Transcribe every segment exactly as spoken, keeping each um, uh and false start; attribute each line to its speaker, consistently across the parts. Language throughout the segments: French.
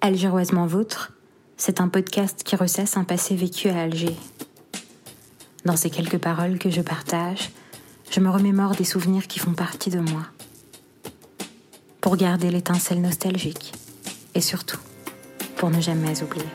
Speaker 1: Algéroisement Vôtre, c'est un podcast qui ressasse un passé vécu à Alger. Dans ces quelques paroles que je partage, je me remémore des souvenirs qui font partie de moi. Pour garder l'étincelle nostalgique et surtout, pour ne jamais oublier.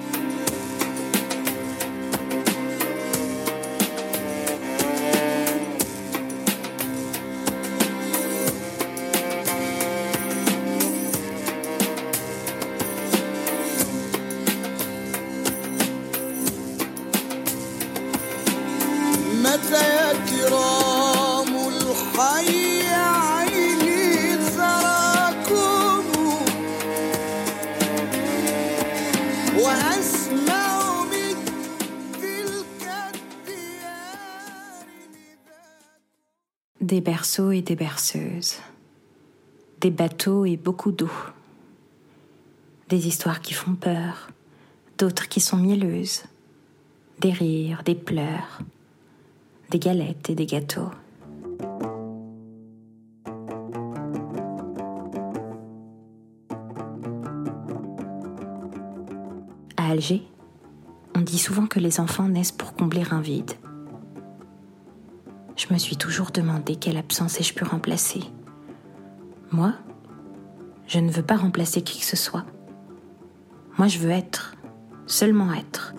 Speaker 1: Des berceaux et des berceuses, des bateaux et beaucoup d'eau, des histoires qui font peur, d'autres qui sont mielleuses, des rires, des pleurs, des galettes et des gâteaux. À Alger, on dit souvent que les enfants naissent pour combler un vide. Je me suis toujours demandé quelle absence ai-je pu remplacer. Moi, je ne veux pas remplacer qui que ce soit. Moi, je veux être, seulement être.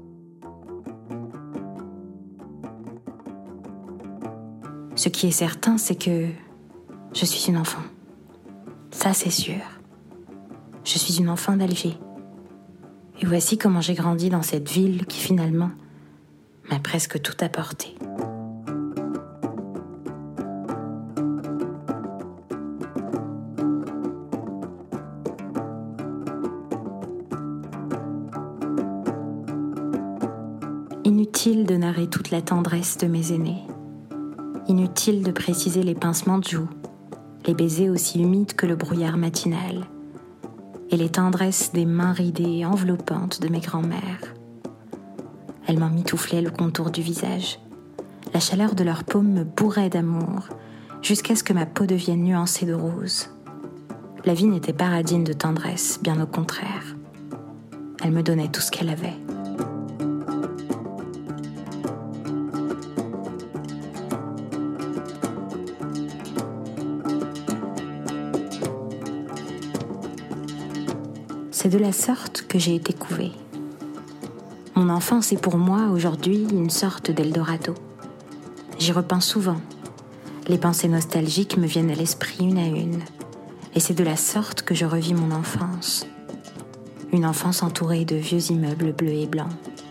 Speaker 1: Ce qui est certain, c'est que je suis une enfant. Ça, c'est sûr. Je suis une enfant d'Alger. Et voici comment j'ai grandi dans cette ville qui, finalement, m'a presque tout apporté. Inutile de narrer toute la tendresse de mes aînés. Inutile de préciser les pincements de joues, les baisers aussi humides que le brouillard matinal, et les tendresses des mains ridées enveloppantes de mes grands-mères. Elles m'en mitouflaient le contour du visage. La chaleur de leurs paumes me bourrait d'amour, jusqu'à ce que ma peau devienne nuancée de rose. La vie n'était pas radine de tendresse, bien au contraire. Elle me donnait tout ce qu'elle avait. C'est de la sorte que j'ai été couvée. Mon enfance est pour moi aujourd'hui une sorte d'Eldorado. J'y repense souvent. Les pensées nostalgiques me viennent à l'esprit une à une. Et c'est de la sorte que je revis mon enfance. Une enfance entourée de vieux immeubles bleus et blancs.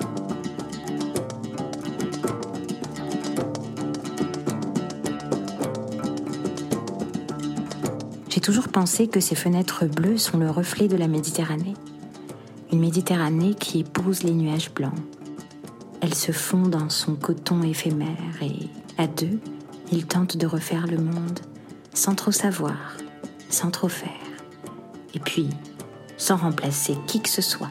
Speaker 1: J'ai toujours pensé que ces fenêtres bleues sont le reflet de la Méditerranée. Une Méditerranée qui épouse les nuages blancs. Elle se fond dans son coton éphémère et, à deux, ils tentent de refaire le monde, sans trop savoir, sans trop faire. Et puis, sans remplacer qui que ce soit.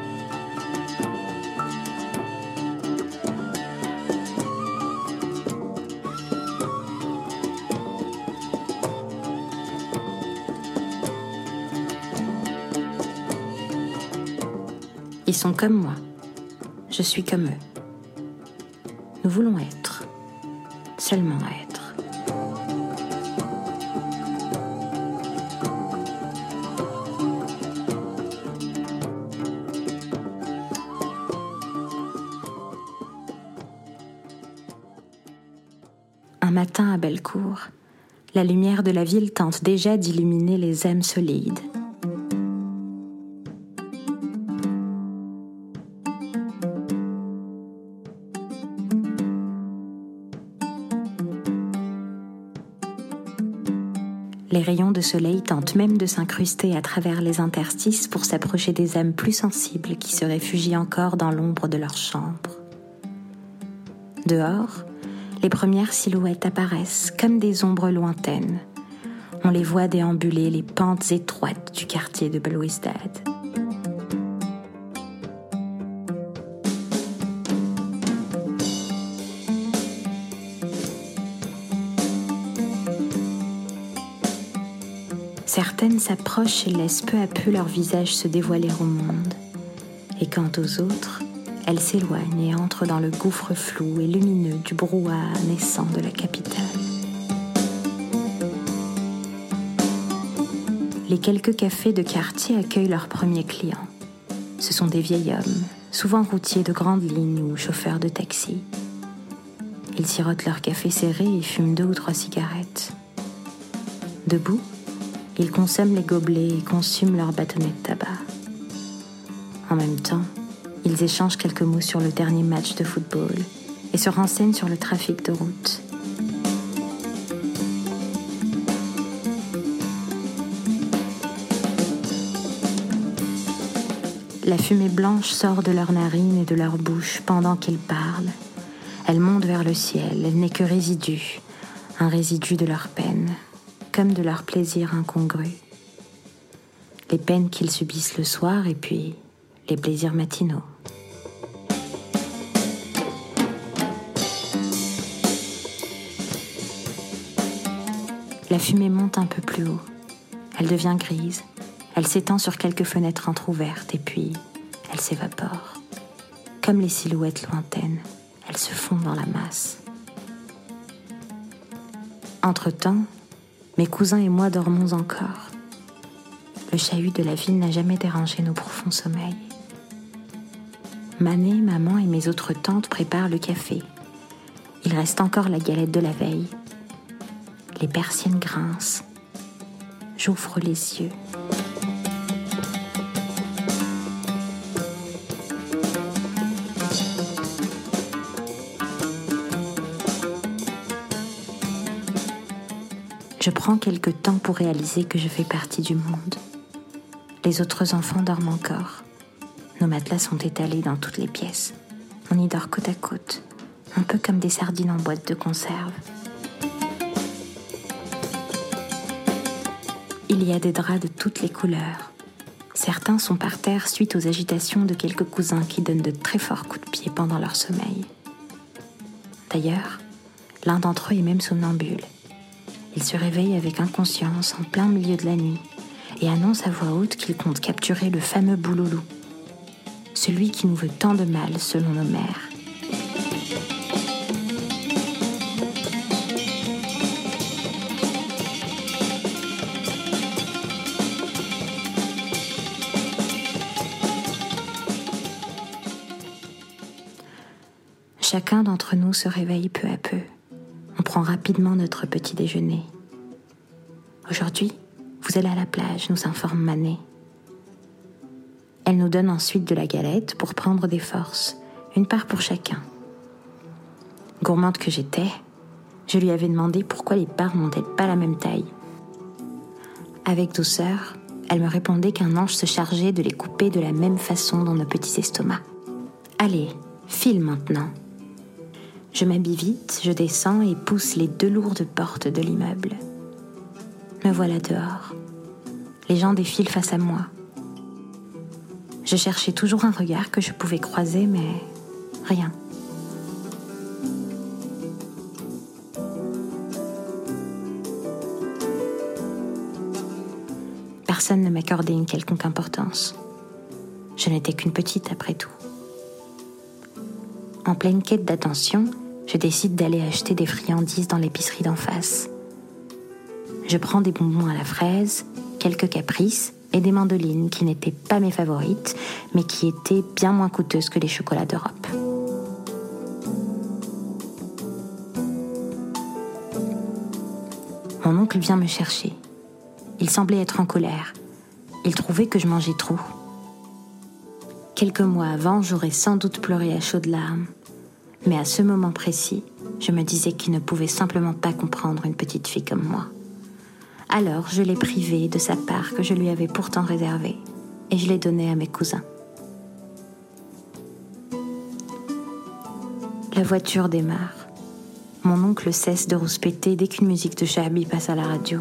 Speaker 1: Ils sont comme moi. Je suis comme eux. Nous voulons être. Seulement être. Un matin à Bellecour, la lumière de la ville tente déjà d'illuminer les âmes solides. Les rayons de soleil tentent même de s'incruster à travers les interstices pour s'approcher des âmes plus sensibles qui se réfugient encore dans l'ombre de leur chambre. Dehors, les premières silhouettes apparaissent comme des ombres lointaines. On les voit déambuler les pentes étroites du quartier de Belouizdad. Certaines s'approchent et laissent peu à peu leur visage se dévoiler au monde. Et quant aux autres, elles s'éloignent et entrent dans le gouffre flou et lumineux du brouhaha naissant de la capitale. Les quelques cafés de quartier accueillent leurs premiers clients. Ce sont des vieils hommes, souvent routiers de grandes lignes ou chauffeurs de taxi. Ils sirotent leur café serré et fument deux ou trois cigarettes. Debout, ils consomment les gobelets et consument leurs bâtonnets de tabac. En même temps, ils échangent quelques mots sur le dernier match de football et se renseignent sur le trafic de route. La fumée blanche sort de leurs narines et de leur bouche pendant qu'ils parlent. Elle monte vers le ciel, elle n'est que résidu, un résidu de leur peine, comme de leur plaisir incongru. Les peines qu'ils subissent le soir et puis les plaisirs matinaux. La fumée monte un peu plus haut. Elle devient grise. Elle s'étend sur quelques fenêtres entr'ouvertes et puis elle s'évapore. Comme les silhouettes lointaines, elle se fond dans la masse. Entre-temps, mes cousins et moi dormons encore. Le chahut de la ville n'a jamais dérangé nos profonds sommeils. Mané, maman et mes autres tantes préparent le café. Il reste encore la galette de la veille. Les persiennes grincent. J'ouvre les yeux. Je prends quelque temps pour réaliser que je fais partie du monde. Les autres enfants dorment encore. Nos matelas sont étalés dans toutes les pièces. On y dort côte à côte, un peu comme des sardines en boîte de conserve. Il y a des draps de toutes les couleurs. Certains sont par terre suite aux agitations de quelques cousins qui donnent de très forts coups de pied pendant leur sommeil. D'ailleurs, l'un d'entre eux est même somnambule. Il se réveille avec inconscience en plein milieu de la nuit et annonce à voix haute qu'il compte capturer le fameux Bouloulou, celui qui nous veut tant de mal selon nos mères. Chacun d'entre nous se réveille peu à peu. On prend rapidement notre petit déjeuner. Aujourd'hui, vous allez à la plage, nous informe Mané. Elle nous donne ensuite de la galette pour prendre des forces, une part pour chacun. Gourmande que j'étais, je lui avais demandé pourquoi les parts n'ont-elles pas la même taille. Avec douceur, elle me répondait qu'un ange se chargeait de les couper de la même façon dans nos petits estomacs. Allez, file maintenant. Je m'habille vite, je descends et pousse les deux lourdes portes de l'immeuble. Me voilà dehors. Les gens défilent face à moi. Je cherchais toujours un regard que je pouvais croiser, mais rien. Personne ne m'accordait une quelconque importance. Je n'étais qu'une petite après tout. En pleine quête d'attention, je décide d'aller acheter des friandises dans l'épicerie d'en face. Je prends des bonbons à la fraise, quelques caprices et des mandolines qui n'étaient pas mes favorites, mais qui étaient bien moins coûteuses que les chocolats d'Europe. Mon oncle vient me chercher. Il semblait être en colère. Il trouvait que je mangeais trop. Quelques mois avant, j'aurais sans doute pleuré à chaudes larmes. Mais à ce moment précis, je me disais qu'il ne pouvait simplement pas comprendre une petite fille comme moi. Alors, je l'ai privé de sa part que je lui avais pourtant réservée, et je l'ai donnée à mes cousins. La voiture démarre. Mon oncle cesse de rouspéter dès qu'une musique de Chabi passe à la radio.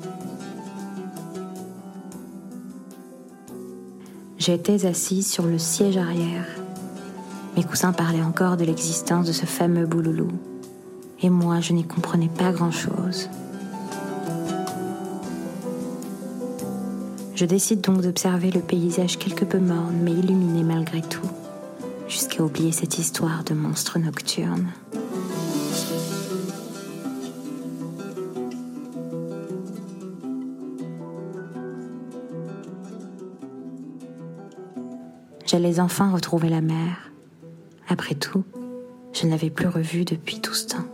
Speaker 1: J'étais assise sur le siège arrière. Mes cousins parlaient encore de l'existence de ce fameux Bouloulou. Et moi, je n'y comprenais pas grand-chose. Je décide donc d'observer le paysage quelque peu morne mais illuminé malgré tout, jusqu'à oublier cette histoire de monstre nocturne. J'allais enfin retrouver la mer. Après tout, je ne l'avais plus revue depuis tout ce temps.